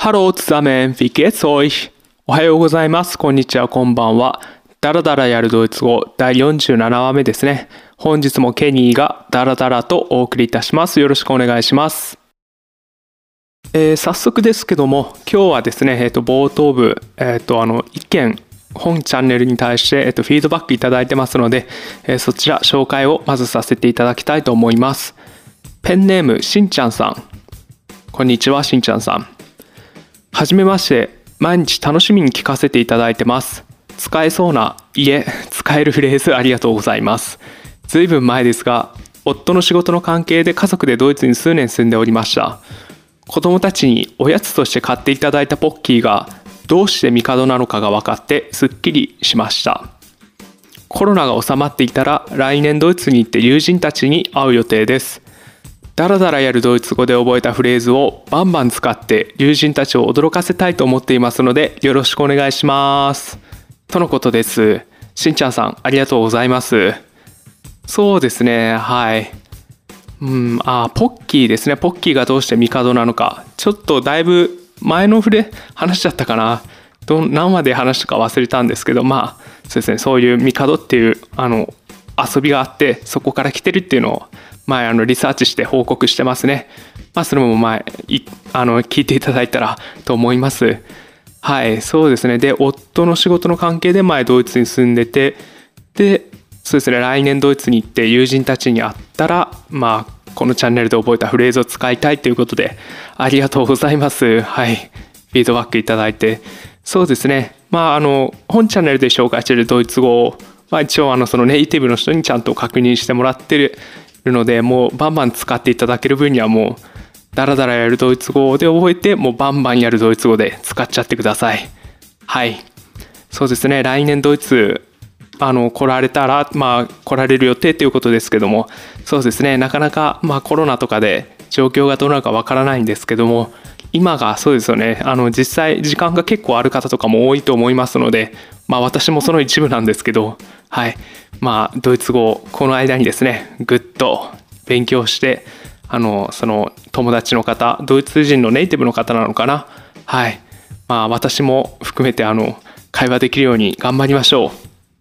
Hallo zusammen, wie geht's euch? おはようございます。こんにちは、こんばんは。ダラダラやるドイツ語第47話目ですね。本日もケニーがダラダラとお送りいたします。よろしくお願いします。早速ですけども、今日はですね、冒頭部、一件、本チャンネルに対して、フィードバックいただいてますので、そちら紹介をまずさせていただきたいと思います。ペンネームしんちゃんさん。こんにちは、しんちゃんさん。はじめまして、毎日楽しみに聞かせていただいてます。使えそうな、使えるフレーズありがとうございます。ずいぶん前ですが、夫の仕事の関係で家族でドイツに数年住んでおりました。子供たちにおやつとして買っていただいたポッキーがどうして帝なのかが分かってすっきりしました。コロナが収まっていたら来年ドイツに行って友人たちに会う予定です。だらだらやるドイツ語で覚えたフレーズをバンバン使って友人たちを驚かせたいと思っていますのでよろしくお願いします。とのことです。しんちゃんさんありがとうございます。そうですね、はい。ポッキーですね。ポッキーがどうして帝なのか。ちょっとだいぶ前の話しちゃったかな。何話で話したか忘れたんですけど、そうですね、そういう帝っていう遊びがあって、そこから来てるっていうのを前リサーチして報告してますね。それも聞いていただいたらと思います。はい、そうですね。で、夫の仕事の関係で前ドイツに住んでて、で、そうですね、来年ドイツに行って友人たちに会ったら、このチャンネルで覚えたフレーズを使いたいということで、ありがとうございます。はい、フィードバックいただいて。そうですね、本チャンネルで紹介しているドイツ語を、一応そのネイティブの人にちゃんと確認してもらってるので、もうバンバン使っていただける分にはもうダラダラやるドイツ語で覚えて、もうバンバンやるドイツ語で使っちゃってください。はい、そうですね、来年ドイツ来られたら、来られる予定ということですけども、そうですね、なかなかコロナとかで状況がどうなるかわからないんですけども、今がそうですよね、実際時間が結構ある方とかも多いと思いますので、私もその一部なんですけど、はい、ドイツ語をこの間にですねぐっと勉強して、その友達の方、ドイツ人のネイティブの方なのかな、はい、私も含めて会話できるように頑張りましょう。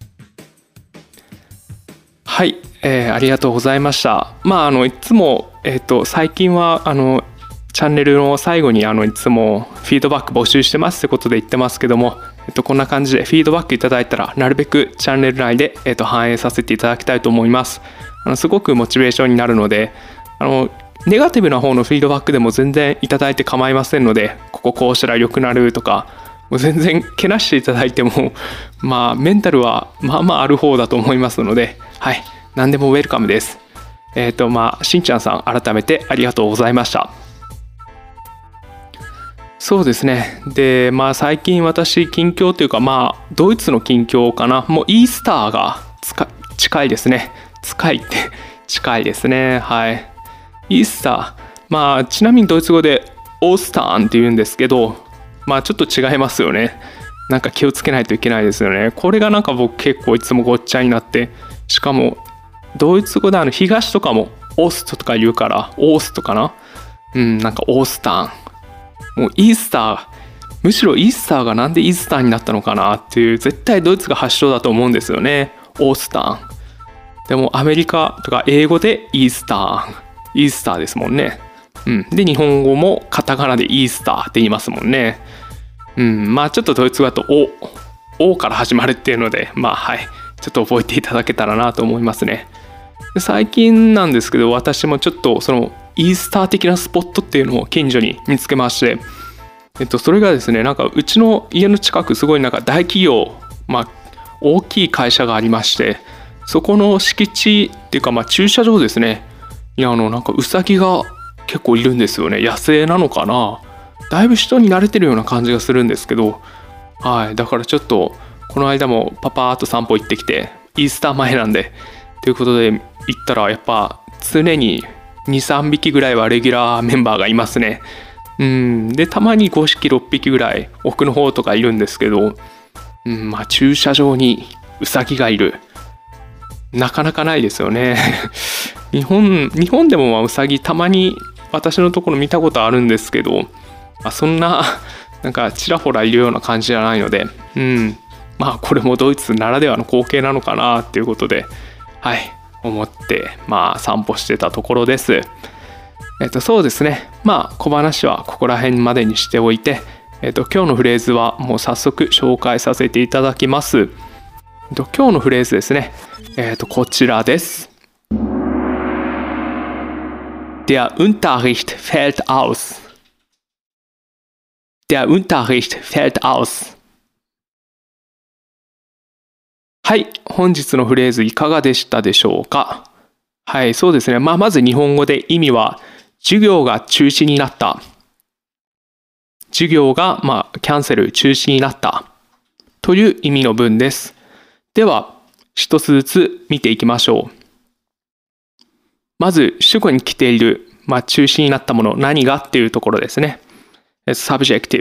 はい、ありがとうございました。いつも、最近はチャンネルの最後にいつもフィードバック募集してますってことで言ってますけども、こんな感じでフィードバックいただいたらなるべくチャンネル内で、反映させていただきたいと思います。すごくモチベーションになるので、ネガティブな方のフィードバックでも全然いただいて構いませんので、こうしたら良くなるとか、もう全然けなしていただいてもメンタルはある方だと思いますので、はい、何でもウェルカムです。しんちゃんさん改めてありがとうございました。そうですね。で、最近私近況というかドイツの近況かな。もうイースターが近いですね。近いですね。はい。イースター。ちなみにドイツ語でオースターンって言うんですけど、ちょっと違いますよね。なんか気をつけないといけないですよね。これが僕結構いつもごっちゃになって、しかもドイツ語で東とかもオーストとか言うから、オーストかな。なんかオースターン。もうイースター、むしろイースターがなんでイースターになったのかなっていう、絶対ドイツが発祥だと思うんですよね。オースター。でもアメリカとか英語でイースターですもんね。で日本語もカタカナでイースターって言いますもんね。ちょっとドイツ語だとOから始まるっていうので、はい、ちょっと覚えていただけたらなと思いますね。で最近なんですけど、私もちょっとそのイースター的なスポットっていうのを近所に見つけまして、それがですね、うちの家の近くすごい大企業、大きい会社がありまして、そこの敷地っていうか駐車場ですねにウサギが結構いるんですよね。野生なのかな、だいぶ人に慣れてるような感じがするんですけど、はい、だからちょっとこの間もパパーっと散歩行ってきて、イースター前なんでということで行ったら、やっぱ常に 2,3 匹ぐらいはレギュラーメンバーがいますね。でたまに5匹6匹ぐらい奥の方とかいるんですけど、駐車場にウサギがいる、なかなかないですよね。日本でもウサギたまに私のところ見たことあるんですけど、 そんななんかちらほらいるような感じじゃないので、これもドイツならではの光景なのかなっていうことで、思って散歩してたところです。そうですね、小話はここら辺までにしておいて、今日のフレーズはもう早速紹介させていただきます。今日のフレーズですね、こちらです。Der Unterricht fällt aus. Der Unterricht fällt aus. はい、本日のフレーズいかがでしたでしょうか。そうですね。まず日本語で意味は、授業が中止になった。授業がキャンセル、中止になったという意味の文です。では、一つずつ見ていきましょう。まず、主語に来ている、中止になったもの、何がっていうところですね。subject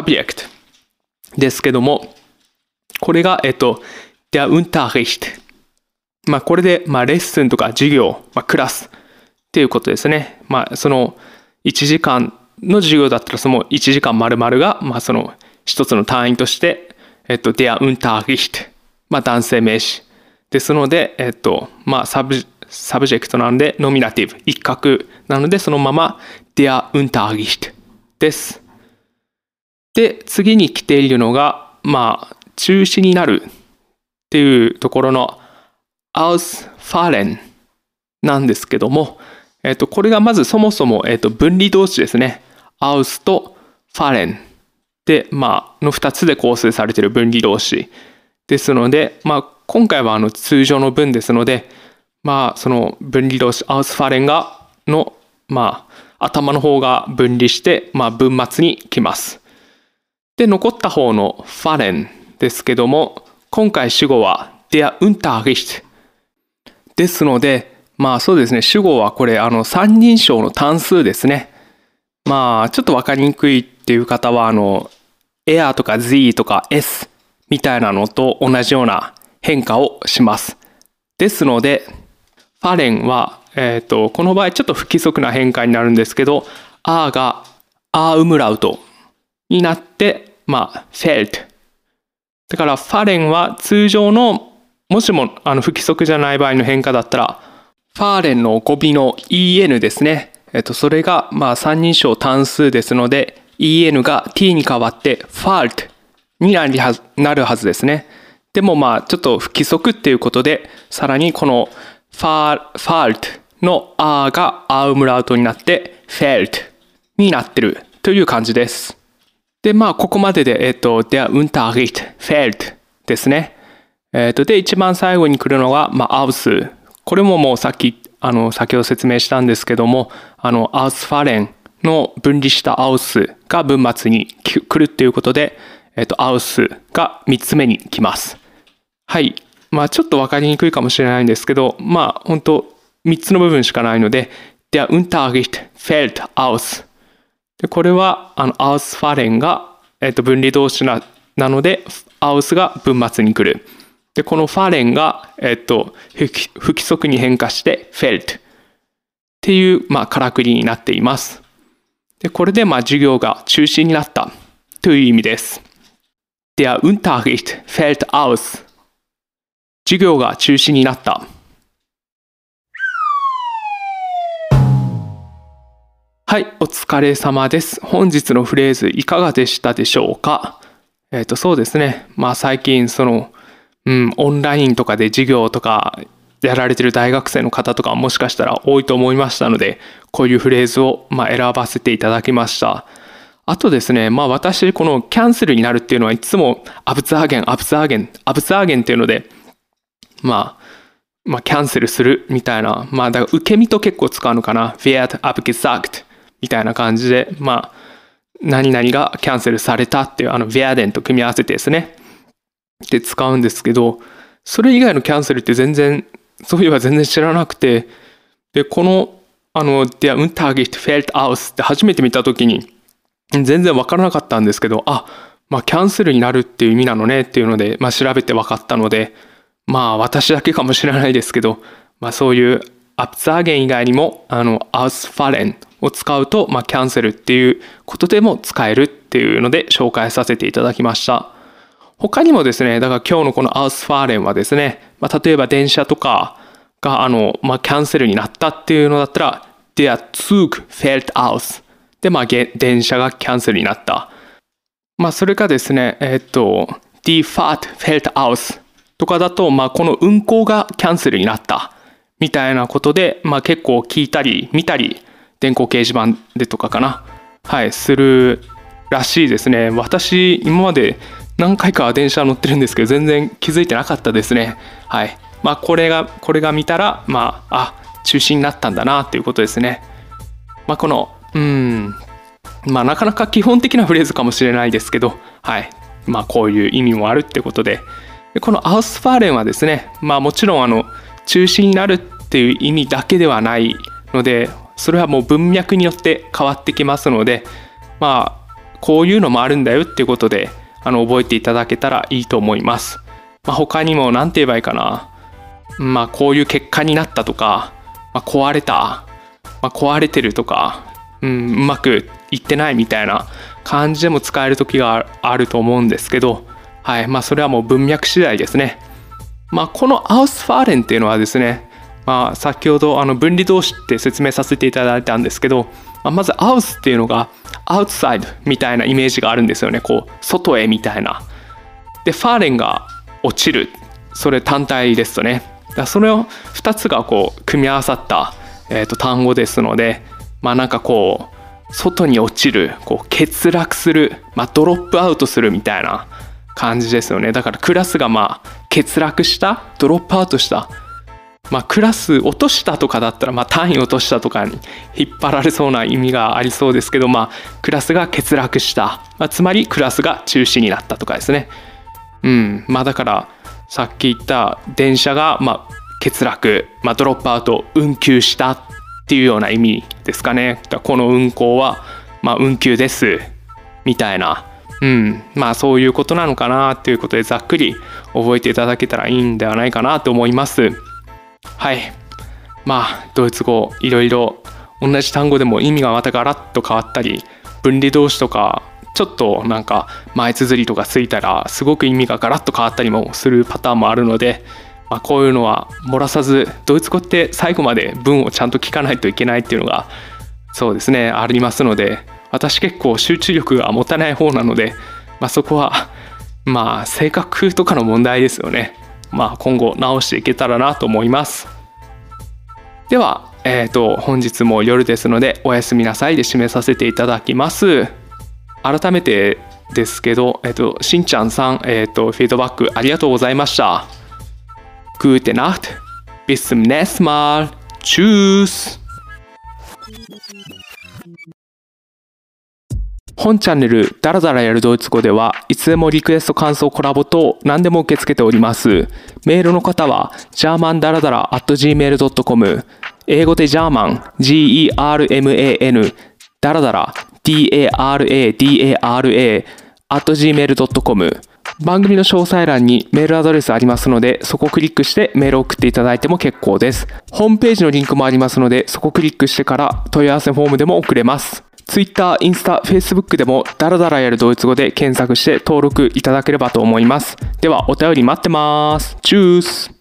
ですけども、これが、der Unterricht。これで、レッスンとか授業、クラスっていうことですね。その1時間の授業だったら、その1時間丸々が、その一つの単位として、der Unterricht、男性名詞ですので、サブジェクトなので、ノミナティブ、一画なので、そのまま der Unterricht です。で、次に来ているのが、中止になるっていうところの ausfallen なんですけども、これがまずそもそも、分離動詞ですね。aus と fallen で、の2つで構成されている分離動詞ですので、今回は通常の文ですので、その分離動詞 ausfallen の、頭の方が分離して、文末に来ます。で、残った方の fallen ですけども、今回主語は der Unterricht ですので、そうですね、主語はこれ三人称の単数ですね。ちょっと分かりにくいっていう方はer とか sie とか s みたいなのと同じような変化をします。ですので、fallen は、この場合ちょっと不規則な変化になるんですけど、a が a ウムラウトになって、felt。だから、fallen は通常の、もしも不規則じゃない場合の変化だったら、fallen の語尾の en ですね。それが、三人称単数ですので、en が t に変わって、falt になるはずですね。でも、ちょっと不規則っていうことで、さらにこの falt の a が a ウムラウトになって、felt になってるという感じです。で、ここまでで、der Unterricht fällt ですね。で、一番最後に来るのが、aus。これももう先ほど説明したんですけども、ausfallen の分離した aus が文末に来るっていうことで、aus が3つ目に来ます。はい。ちょっと分かりにくいかもしれないんですけど、本当3つの部分しかないので、der Unterricht fällt aus。で、これは、ausfallen が、分離動詞なので、aus が文末に来る。で、この fallen が、不規則に変化して felt っていう、からくりになっています。で、これで、授業が中止になったという意味です。Der Unterricht fällt aus。授業が中止になった。はい、お疲れ様です。本日のフレーズいかがでしたでしょうか。そうですね。最近オンラインとかで授業とかやられてる大学生の方とかもしかしたら多いと思いましたので、こういうフレーズを選ばせていただきました。あとですね、私このキャンセルになるっていうのはいつもアブザーゲンっていうので、キャンセルするみたいな、だから受け身と結構使うのかな。wird abgesagt みたいな感じで、何々がキャンセルされたっていうwerden と組み合わせてですね。で使うんですけど、それ以外のキャンセルってそういえば全然知らなくて、で、このder Unterricht fällt aus って初めて見たときに全然わからなかったんですけど、キャンセルになるっていう意味なのねっていうので、調べて分かったので、私だけかもしれないですけど、そういうアブザーゲン以外にもausfallen を使うと、キャンセルっていうことでも使えるっていうので紹介させていただきました。他にもですね、だから今日のこのアウスファーレンはですね、例えば電車とかがキャンセルになったっていうのだったら、Der Zug fällt aus。で、電車がキャンセルになった。それかですね、Die Fahrt fällt aus とかだと、この運行がキャンセルになったみたいなことで、結構聞いたり見たり、電光掲示板でとかかな、するらしいですね。私、今まで何回か電車乗ってるんですけど、全然気づいてなかったですね。これが見たら、中止になったんだなっていうことですね。このなかなか基本的なフレーズかもしれないですけど、こういう意味もあるってことで、このアウスファーレンはですね、もちろん中止になるっていう意味だけではないので、それはもう文脈によって変わってきますので、こういうのもあるんだよっていうことで覚えていただけたらいいと思います。他にも何て言えばいいかな、こういう結果になったとか、壊れた、壊れてるとか、うまくいってないみたいな感じでも使える時があると思うんですけど、それはもう文脈次第ですね。このアウスファーレンっていうのはですね、先ほど分離動詞って説明させていただいたんですけど、まずアウスっていうのがアウトサイドみたいなイメージがあるんですよね。こう外へみたいな。でファーレンが落ちる、それ単体ですとね。それを2つがこう組み合わさった、単語ですので、なんかこう外に落ちる、こう欠落する、ドロップアウトするみたいな感じですよね。だからクラスが欠落した、ドロップアウトした、クラス落としたとかだったら、単位落としたとかに引っ張られそうな意味がありそうですけど、クラスが欠落した、つまりクラスが中止になったとかですね。だからさっき言った電車が欠落、ドロップアウト、運休したっていうような意味ですかね。この運行は運休ですみたいな、そういうことなのかなということで、ざっくり覚えていただけたらいいんではないかなと思います。ドイツ語いろいろ同じ単語でも意味がまたガラッと変わったり、分離動詞とかちょっとなんか前綴りとかついたらすごく意味がガラッと変わったりもするパターンもあるので、こういうのは漏らさず、ドイツ語って最後まで文をちゃんと聞かないといけないっていうのがそうですね、ありますので、私結構集中力が持たない方なので、そこは性格とかの問題ですよね。今後直していけたらなと思います。では、本日も夜ですのでおやすみなさいで締めさせていただきます。改めてですけど、しんちゃんさん、フィードバックありがとうございました。Gute Nacht, bis zum nächsten Mal. Tschüss. 本チャンネルダラダラやるドイツ語ではいつでもリクエスト、感想、コラボ等何でも受け付けております。メールの方は germandaradara@gmail.com、 英語でジャーマン GERMAN ダラダラ DARADARA@gmail.com、 番組の詳細欄にメールアドレスありますので、そこをクリックしてメールを送っていただいても結構です。ホームページのリンクもありますので、そこをクリックしてから問い合わせフォームでも送れます。Twitter、インスタ、Facebook でもダラダラやるドイツ語で検索して登録いただければと思います。ではお便り待ってます。チュース。